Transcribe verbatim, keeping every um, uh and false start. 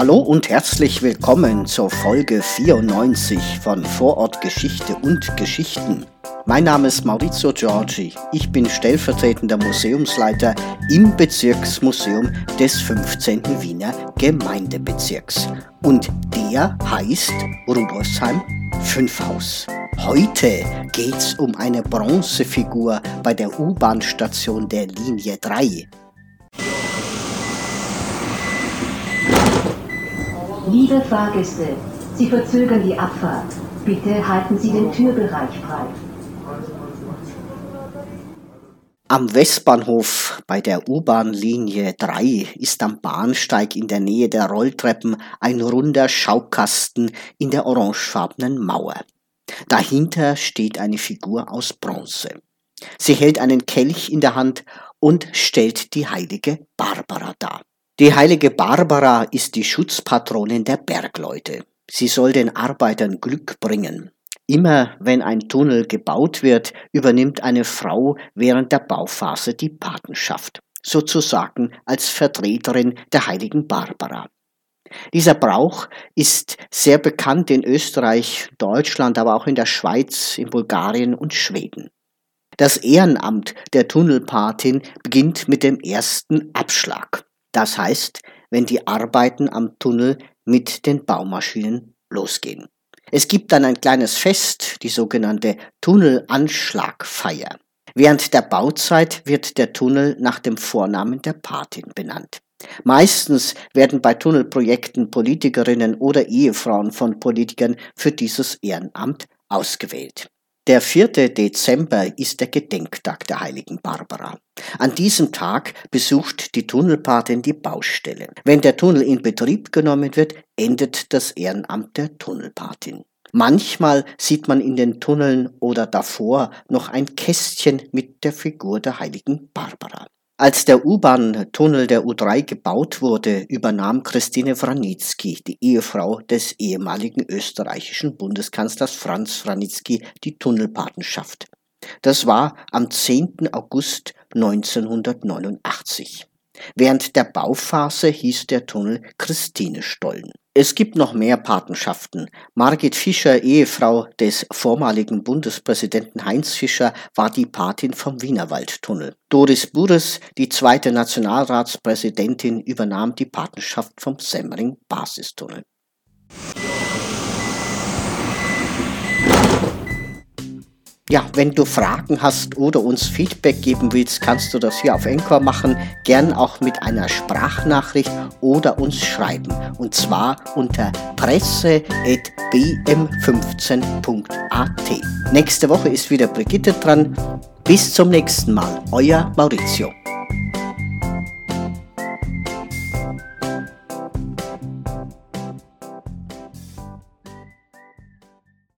Hallo und herzlich willkommen zur Folge vierundneunzig von Vorortgeschichte und Geschichten. Mein Name ist Maurizio Giorgi, ich bin stellvertretender Museumsleiter im Bezirksmuseum des fünfzehnten Wiener Gemeindebezirks. Und der heißt Rudolfsheim Fünfhaus. Heute geht's um eine Bronzefigur bei der U-Bahn-Station der Linie drei. Liebe Fahrgäste, Sie verzögern die Abfahrt. Bitte halten Sie den Türbereich frei. Am Westbahnhof bei der U-Bahn-Linie drei ist am Bahnsteig in der Nähe der Rolltreppen ein runder Schaukasten in der orangefarbenen Mauer. Dahinter steht eine Figur aus Bronze. Sie hält einen Kelch in der Hand und stellt die heilige Barbara dar. Die heilige Barbara ist die Schutzpatronin der Bergleute. Sie soll den Arbeitern Glück bringen. Immer wenn ein Tunnel gebaut wird, übernimmt eine Frau während der Bauphase die Patenschaft, sozusagen als Vertreterin der heiligen Barbara. Dieser Brauch ist sehr bekannt in Österreich, Deutschland, aber auch in der Schweiz, in Bulgarien und Schweden. Das Ehrenamt der Tunnelpatin beginnt mit dem ersten Abschlag. Das heißt, wenn die Arbeiten am Tunnel mit den Baumaschinen losgehen. Es gibt dann ein kleines Fest, die sogenannte Tunnelanschlagfeier. Während der Bauzeit wird der Tunnel nach dem Vornamen der Patin benannt. Meistens werden bei Tunnelprojekten Politikerinnen oder Ehefrauen von Politikern für dieses Ehrenamt ausgewählt. Der vierte Dezember ist der Gedenktag der heiligen Barbara. An diesem Tag besucht die Tunnelpatin die Baustelle. Wenn der Tunnel in Betrieb genommen wird, endet das Ehrenamt der Tunnelpatin. Manchmal sieht man in den Tunneln oder davor noch ein Kästchen mit der Figur der heiligen Barbara. Als der U-Bahn-Tunnel der U drei gebaut wurde, übernahm Christine Vranitzky, die Ehefrau des ehemaligen österreichischen Bundeskanzlers Franz Vranitzky, die Tunnelpatenschaft. Das war am zehnten August neunzehnhundertneunundachtzig. Während der Bauphase hieß der Tunnel Christine-Stollen. Es gibt noch mehr Patenschaften. Margit Fischer, Ehefrau des vormaligen Bundespräsidenten Heinz Fischer, war die Patin vom Wienerwaldtunnel. Doris Burres, die zweite Nationalratspräsidentin, übernahm die Patenschaft vom Semmering-Basistunnel. Ja, wenn du Fragen hast oder uns Feedback geben willst, kannst du das hier auf Anchor machen, gern auch mit einer Sprachnachricht oder uns schreiben. Und zwar unter presse at b m fünfzehn punkt a t. Nächste Woche ist wieder Brigitte dran. Bis zum nächsten Mal, euer Maurizio.